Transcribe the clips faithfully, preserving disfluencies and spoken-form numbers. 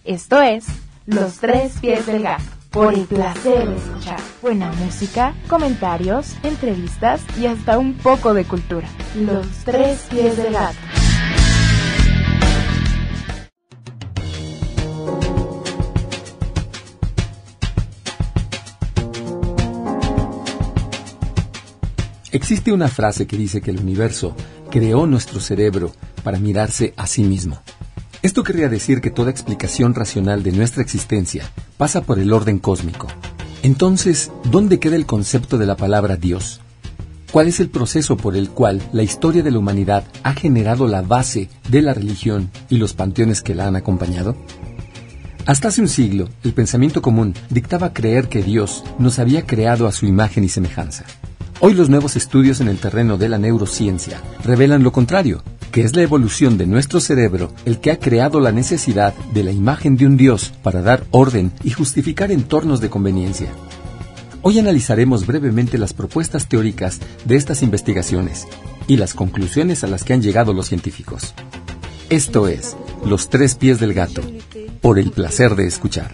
Esto es Los Tres Pies del Gato, por el placer de escuchar. Buena música, comentarios, entrevistas y hasta un poco de cultura. Los Tres Pies del Gato. Existe una frase que dice que el universo creó nuestro cerebro para mirarse a sí mismo. Esto querría decir que toda explicación racional de nuestra existencia pasa por el orden cósmico. Entonces, ¿dónde queda el concepto de la palabra Dios? ¿Cuál es el proceso por el cual la historia de la humanidad ha generado la base de la religión y los panteones que la han acompañado? Hasta hace un siglo, el pensamiento común dictaba creer que Dios nos había creado a su imagen y semejanza. Hoy los nuevos estudios en el terreno de la neurociencia revelan lo contrario, que es la evolución de nuestro cerebro el que ha creado la necesidad de la imagen de un Dios para dar orden y justificar entornos de conveniencia. Hoy analizaremos brevemente las propuestas teóricas de estas investigaciones y las conclusiones a las que han llegado los científicos. Esto es Los Tres Pies del Gato, por el placer de escuchar.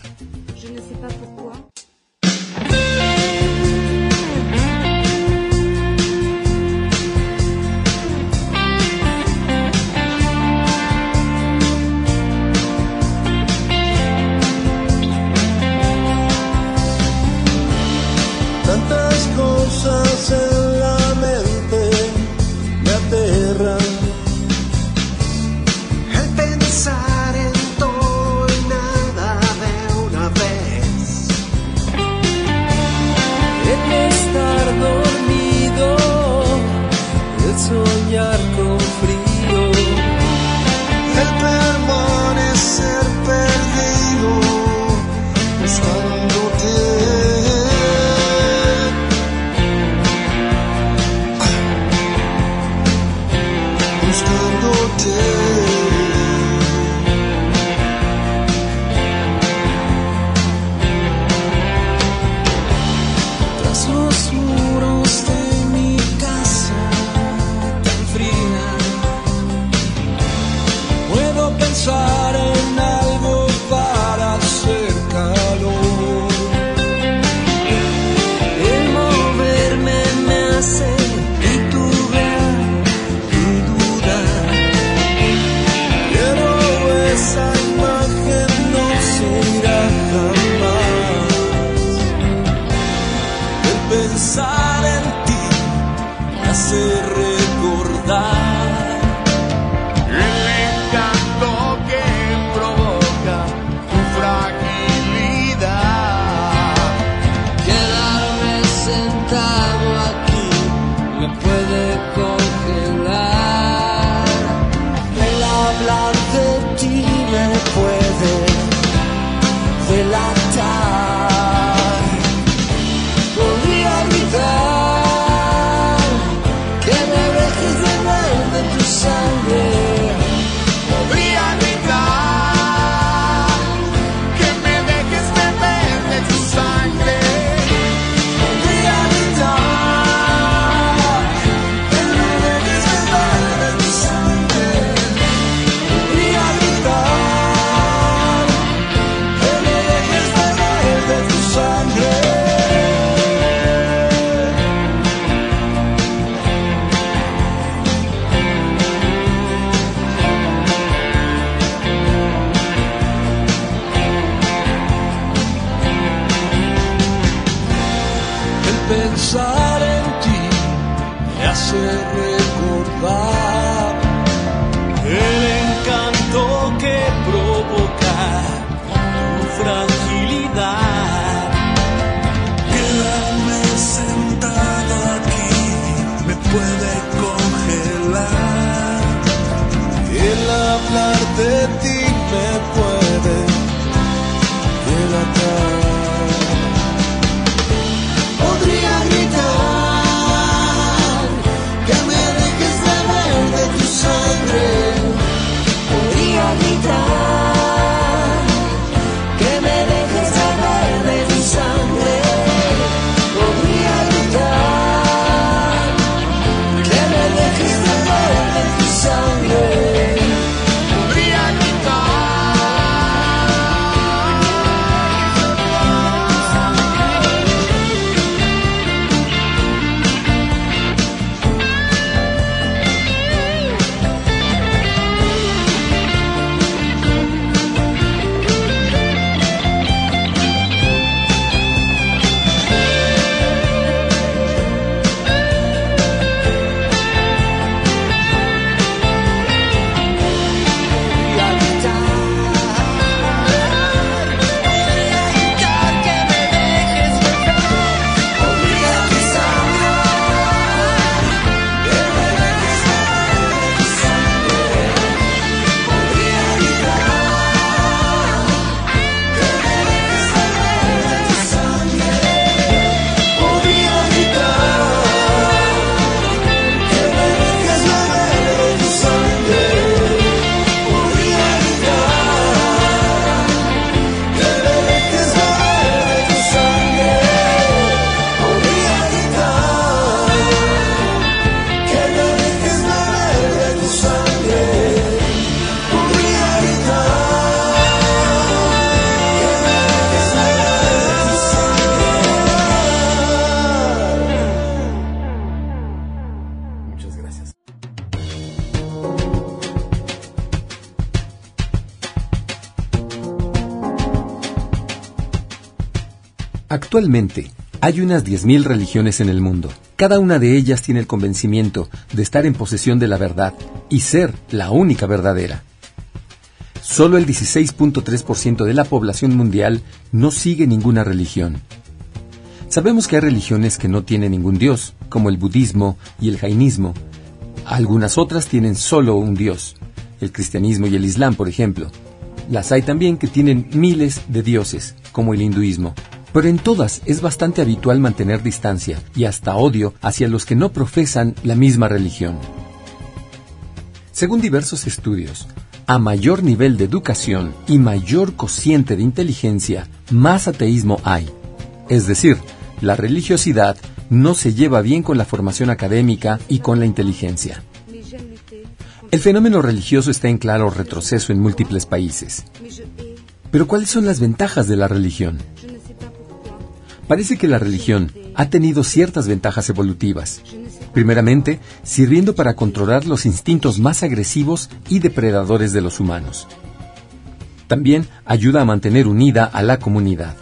Pensar en ti me hace recordar el encanto que provoca tu fragilidad. Quedarme sentado aquí me puede congelar. El hablar de ti me puede delatar. Podría gritar que me dejes beber de tu sangre. Podría gritar que me dejes beber de tu sangre. Podría gritar que me dejes beber de tu sangre. Podría gritar Actualmente, hay unas diez mil religiones en el mundo. Cada una de ellas tiene el convencimiento de estar en posesión de la verdad y ser la única verdadera. Solo el dieciséis punto tres por ciento de la población mundial no sigue ninguna religión. Sabemos que hay religiones que no tienen ningún dios, como el budismo y el jainismo. Algunas otras tienen solo un dios, el cristianismo y el islam, por ejemplo. Las hay también que tienen miles de dioses, como el hinduismo. Pero en todas es bastante habitual mantener distancia y hasta odio hacia los que no profesan la misma religión. Según diversos estudios, a mayor nivel de educación y mayor cociente de inteligencia, más ateísmo hay. Es decir, la religiosidad no se lleva bien con la formación académica y con la inteligencia. El fenómeno religioso está en claro retroceso en múltiples países. Pero ¿cuáles son las ventajas de la religión? Parece que la religión ha tenido ciertas ventajas evolutivas. Primeramente, sirviendo para controlar los instintos más agresivos y depredadores de los humanos. También ayuda a mantener unida a la comunidad.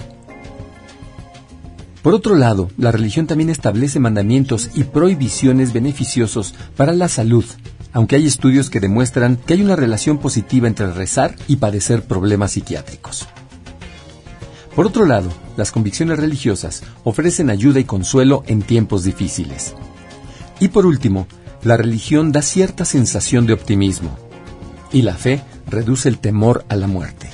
Por otro lado, la religión también establece mandamientos y prohibiciones beneficiosos para la salud, aunque hay estudios que demuestran que hay una relación positiva entre rezar y padecer problemas psiquiátricos. Por otro lado, las convicciones religiosas ofrecen ayuda y consuelo en tiempos difíciles. Y por último, la religión da cierta sensación de optimismo, y la fe reduce el temor a la muerte.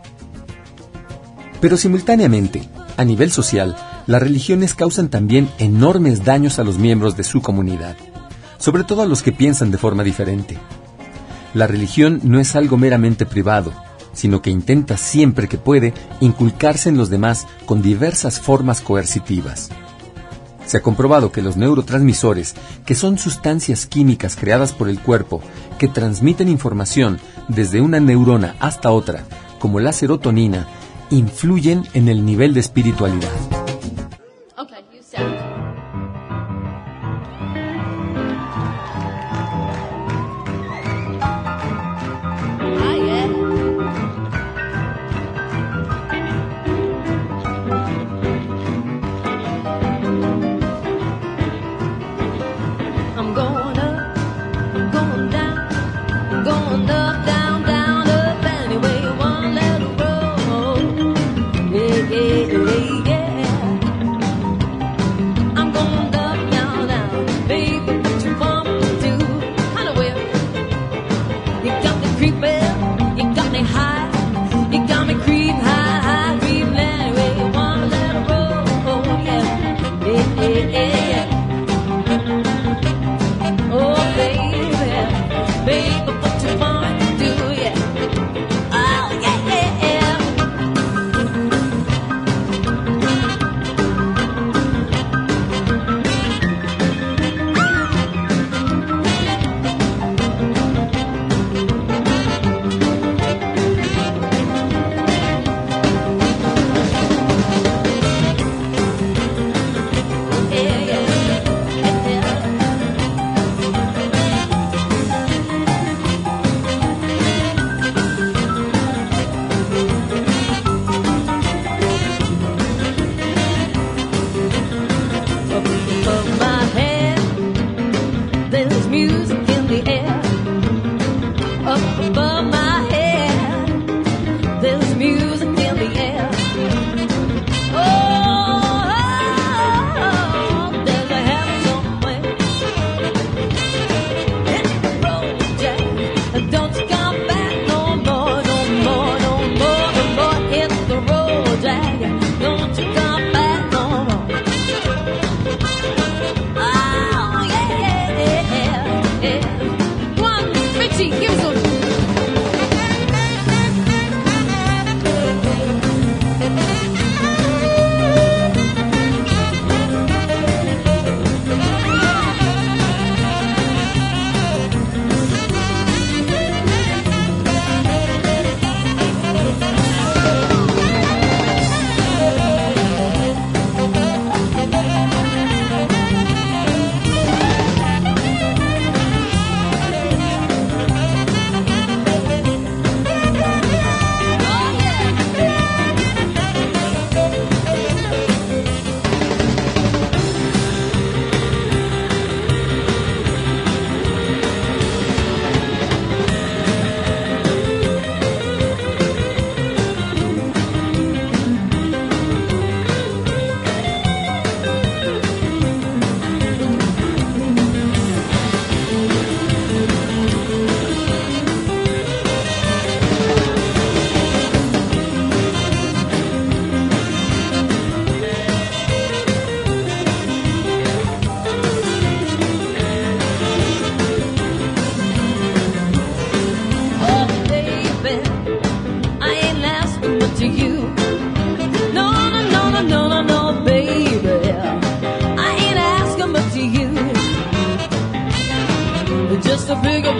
Pero simultáneamente, a nivel social, las religiones causan también enormes daños a los miembros de su comunidad, sobre todo a los que piensan de forma diferente. La religión no es algo meramente privado, sino que intenta siempre que puede inculcarse en los demás con diversas formas coercitivas. Se ha comprobado que los neurotransmisores, que son sustancias químicas creadas por el cuerpo que transmiten información desde una neurona hasta otra, como la serotonina, influyen en el nivel de espiritualidad. Okay, you sound.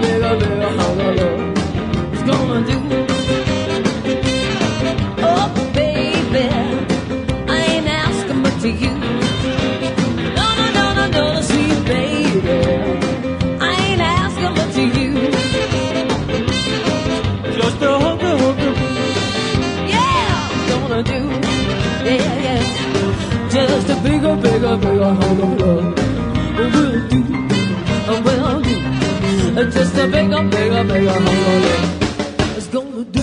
bigger, bigger hunk of love is gonna do. Oh, baby, I ain't asking much of you. No, no, no, no, no, sweet baby, I ain't asking much of you. Just a hunk of, hunk of, yeah, gonna do. Yeah, yeah, just a bigger, bigger, bigger hunk of love will do, will do. Just a bigger, bigger, bigger hunk of love is gonna do.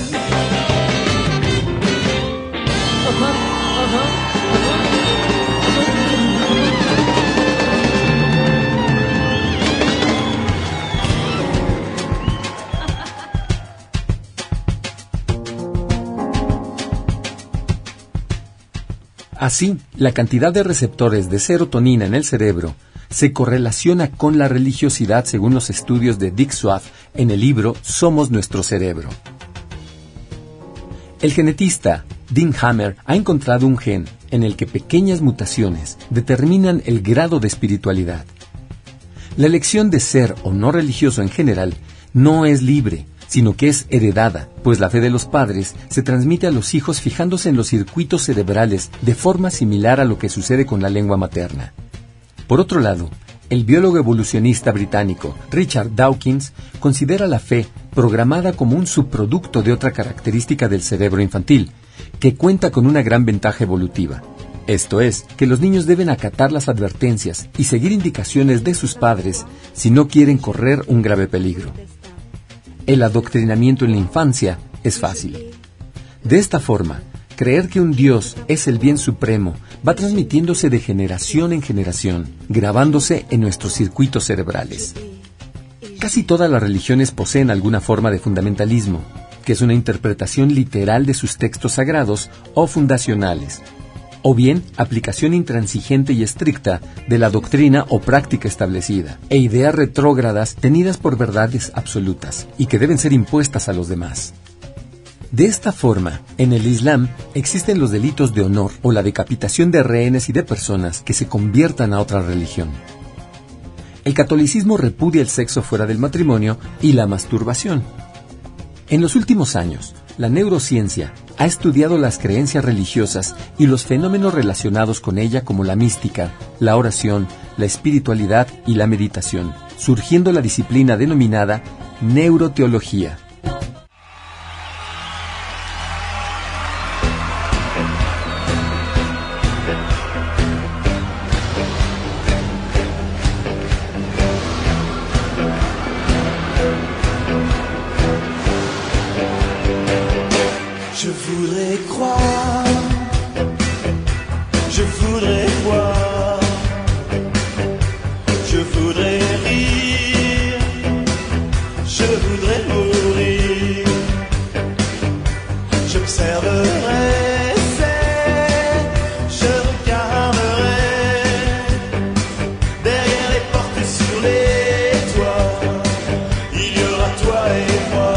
Uh-huh, uh-huh, uh-huh. Así, la cantidad de receptores de serotonina en el cerebro se correlaciona con la religiosidad según los estudios de Dick Swab en el libro Somos nuestro cerebro. El genetista Dean Hammer ha encontrado un gen en el que pequeñas mutaciones determinan el grado de espiritualidad. La elección de ser o no religioso en general no es libre, sino que es heredada, pues la fe de los padres se transmite a los hijos fijándose en los circuitos cerebrales de forma similar a lo que sucede con la lengua materna. Por otro lado, el biólogo evolucionista británico Richard Dawkins considera la fe programada como un subproducto de otra característica del cerebro infantil, que cuenta con una gran ventaja evolutiva. Esto es, que los niños deben acatar las advertencias y seguir indicaciones de sus padres si no quieren correr un grave peligro. El adoctrinamiento en la infancia es fácil. De esta forma, creer que un Dios es el bien supremo va transmitiéndose de generación en generación, grabándose en nuestros circuitos cerebrales. Casi todas las religiones poseen alguna forma de fundamentalismo, que es una interpretación literal de sus textos sagrados o fundacionales, o bien aplicación intransigente y estricta de la doctrina o práctica establecida, e ideas retrógradas tenidas por verdades absolutas y que deben ser impuestas a los demás. De esta forma, en el Islam existen los delitos de honor o la decapitación de rehenes y de personas que se conviertan a otra religión. El catolicismo repudia el sexo fuera del matrimonio y la masturbación. En los últimos años, la neurociencia ha estudiado las creencias religiosas y los fenómenos relacionados con ella como la mística, la oración, la espiritualidad y la meditación, surgiendo la disciplina denominada neuroteología. Je voudrais croire, je voudrais voir, je voudrais rire, je voudrais mourir. J'observerai, je regarderai derrière les portes sur les toits. Il y aura toi et moi.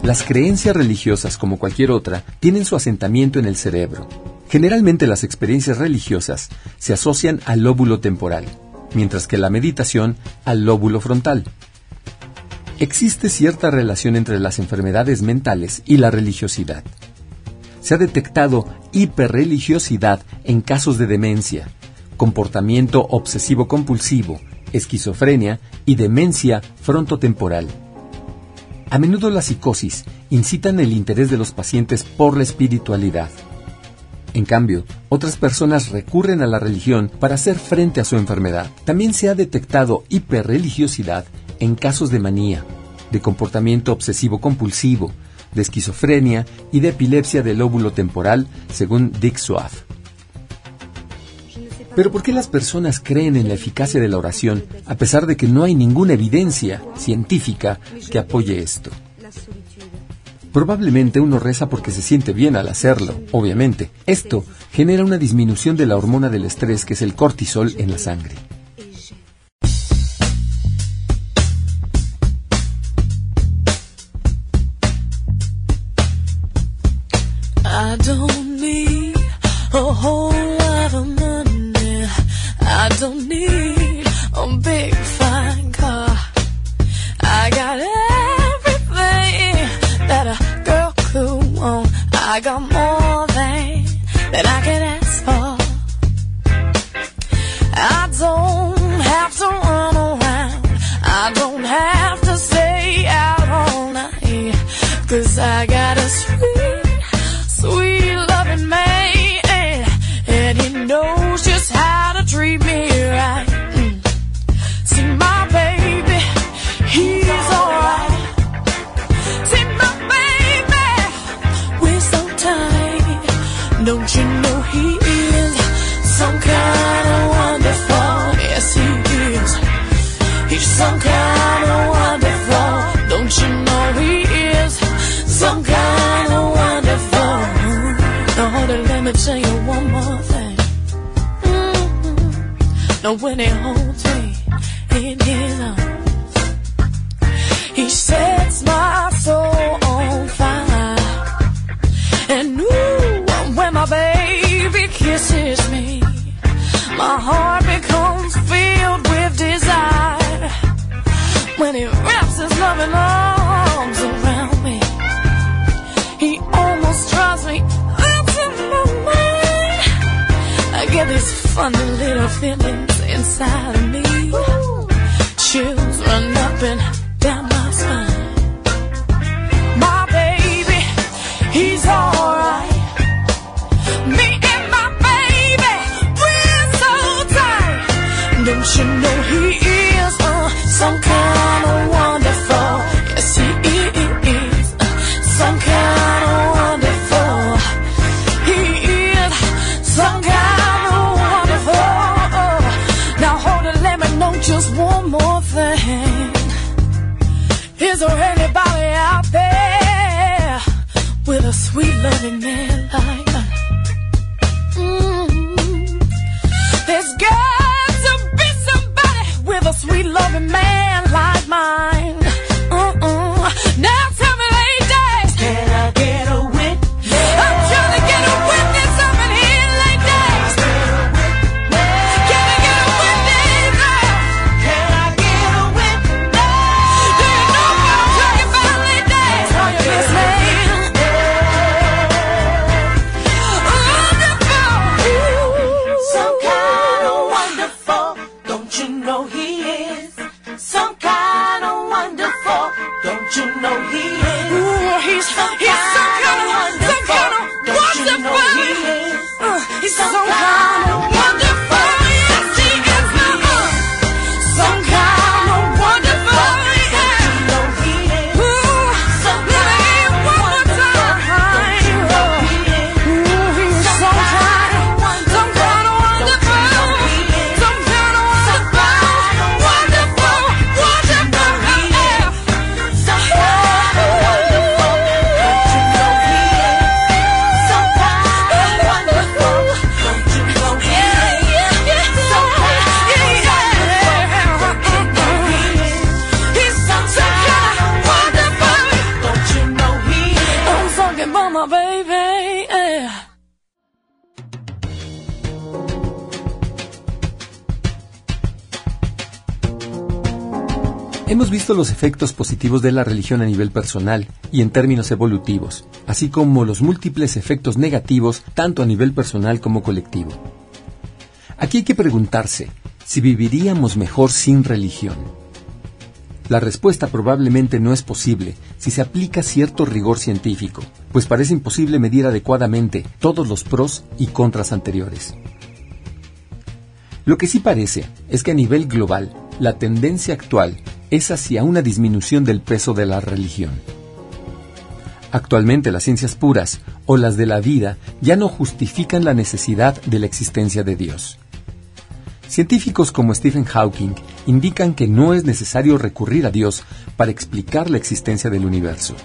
Las creencias religiosas, como cualquier otra, tienen su asentamiento en el cerebro. Generalmente las experiencias religiosas se asocian al lóbulo temporal, mientras que la meditación al lóbulo frontal. Existe cierta relación entre las enfermedades mentales y la religiosidad. Se ha detectado hiperreligiosidad en casos de demencia, comportamiento obsesivo-compulsivo, esquizofrenia y demencia frontotemporal. A menudo la psicosis incitan el interés de los pacientes por la espiritualidad. En cambio, otras personas recurren a la religión para hacer frente a su enfermedad. También se ha detectado hiperreligiosidad en casos de manía, de comportamiento obsesivo-compulsivo, de esquizofrenia y de epilepsia del lóbulo temporal, según Dick Swab. Pero ¿por qué las personas creen en la eficacia de la oración a pesar de que no hay ninguna evidencia científica que apoye esto? Probablemente uno reza porque se siente bien al hacerlo, obviamente. Esto genera una disminución de la hormona del estrés, que es el cortisol, en la sangre. I don't need a whole lot of money. I don't need a big fine car. I got everything that a girl could want. I got more than that I can ask for. I don't have to run around. I don't have to stay out all night. 'Cause I got a sweet, sweet loving man, and he knows just how to treat me right. Mm. See my baby, he's alright. See my baby, we're so tight. Don't you know he is some kind of wonderful? Yes, he is. He's some kind of wonderful. Don't you know he is some kind of wonderful? Lord, let me tell you one more thing. Mm-hmm. Now when he holds me in his arms, he sets my soul on fire. And ooh, when my baby kisses me, my heart becomes filled with desire. When he wraps his loving arms around me, he almost drives me up to my mind. I get these funny little feelings inside of me. Chills run up and down my spine. My baby, he's alright. Me and my baby, we're so tight. Don't you know he is uh, some kind of wonderful? Yes, he is uh, some kind of wonderful. He is some kind of wonderful. Now hold it, let me know just one more thing. Is there anybody out there with a sweet loving man like mine? Mm-hmm. There's got to be somebody with a sweet loving man like mine. Uh-uh. Now tell me, ladies, can I get a witness? I'm trying to get a witness up in here, ladies. Can I get a witness? Can I get a witness? Do you know what I'm talking about, ladies? Are you listening? Wonderful. Some kind of wonderful. Don't you know he is? Some kind of wonderful. Don't you know he is? Ooh, he's some he's some kind of wonderful. Some kind of wonderful. Don't you know he is? Uh, he's some, some kind of wonderful. Yes, he is. Uh, some kind of wonderful. Yeah. Don't you know he is? Ooh, some kind of wonderful. Don't you know he is? Ooh, he's some kind of wonderful. Some kind of wonderful. Some kind of wonderful. Wonderful, wonderful. Yeah. Some kind of wonderful. Don't you know he is? Some kind of wonderful. Don't you Hemos visto los efectos positivos de la religión a nivel personal y en términos evolutivos, así como los múltiples efectos negativos tanto a nivel personal como colectivo. Aquí hay que preguntarse si viviríamos mejor sin religión. La respuesta probablemente no es posible si se aplica cierto rigor científico, pues parece imposible medir adecuadamente todos los pros y contras anteriores. Lo que sí parece es que a nivel global, la tendencia actual es hacia una disminución del peso de la religión. Actualmente las ciencias puras o las de la vida ya no justifican la necesidad de la existencia de Dios. Científicos como Stephen Hawking indican que no es necesario recurrir a Dios para explicar la existencia del universo.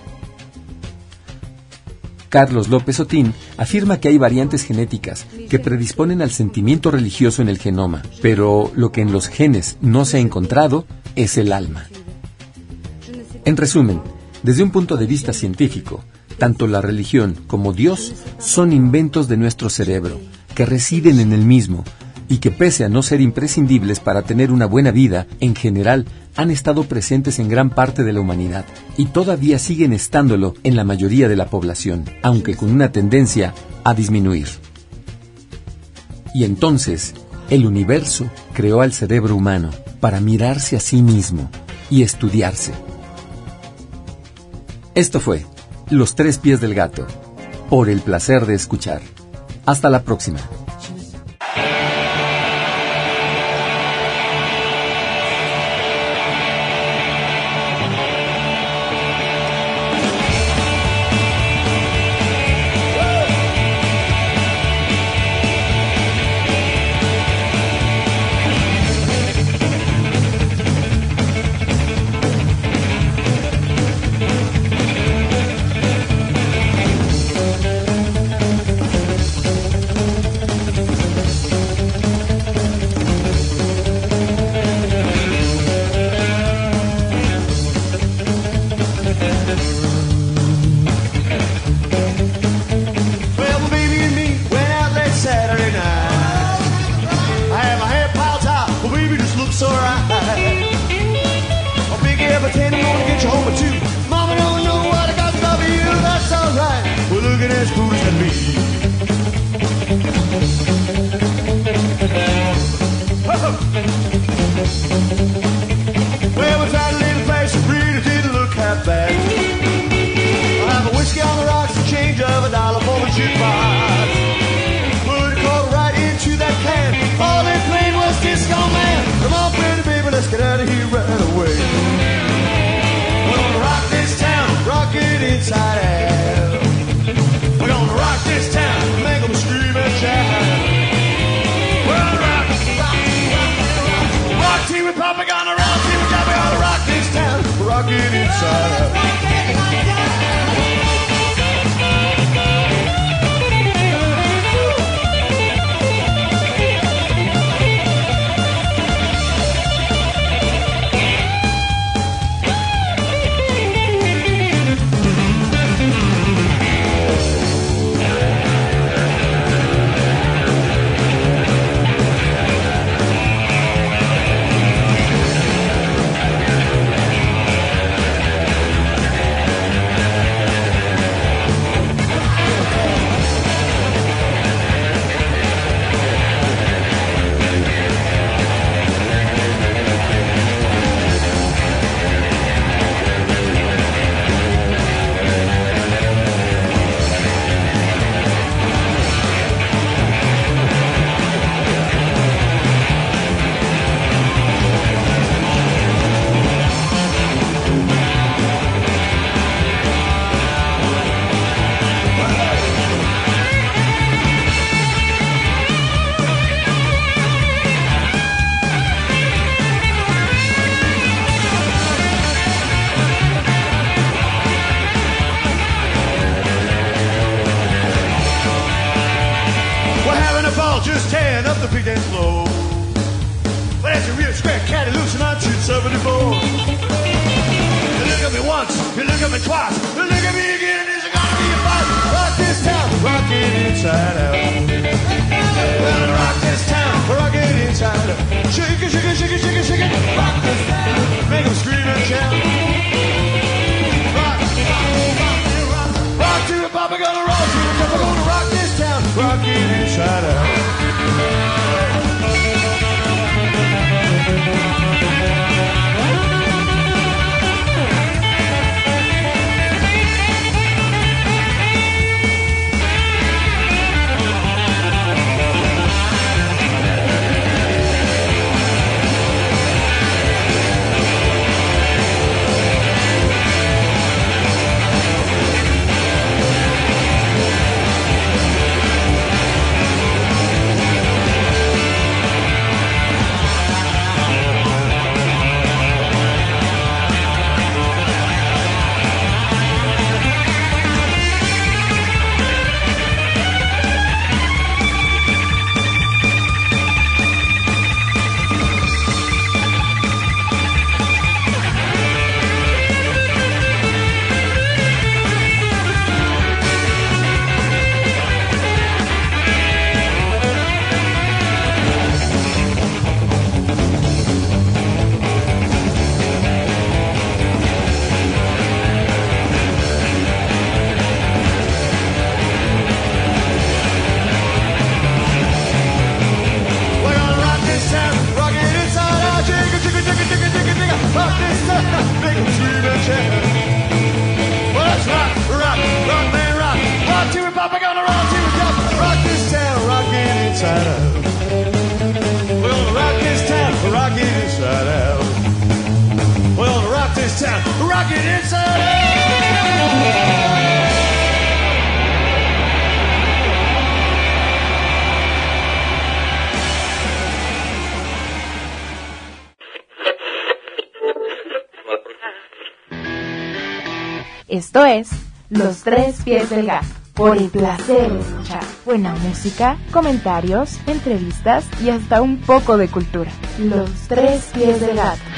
Carlos López Otín afirma que hay variantes genéticas que predisponen al sentimiento religioso en el genoma, pero lo que en los genes no se ha encontrado es el alma. En resumen, desde un punto de vista científico, tanto la religión como Dios son inventos de nuestro cerebro, que residen en el mismo, y que pese a no ser imprescindibles para tener una buena vida, en general han estado presentes en gran parte de la humanidad, y todavía siguen estándolo en la mayoría de la población, aunque con una tendencia a disminuir. Y entonces, el universo creó al cerebro humano para mirarse a sí mismo y estudiarse. Esto fue Los Tres Pies del Gato, por el placer de escuchar. Hasta la próxima. Inside out. We're gonna rock this town, make them scream and shout. We're gonna rock, rock, rock, rock. Rock Team Republic on the rock Team Republic, we're gonna rock this town, rock it inside out. Just tearing up the big dance floor. But that's a real square catty loose and I'm shooting seventy-four. You look at me once, you look at me twice, you look at me again, it's gonna be a fight. Rock this town, rock it inside out. We're gonna rock this town, rock it inside out. Shake it, shake it, shake it, shake it, shake it. Rock this town, make them scream. Esto es Los Tres Pies del Gato, por el placer de escuchar buena música, comentarios, entrevistas y hasta un poco de cultura. Los Tres Pies del Gato.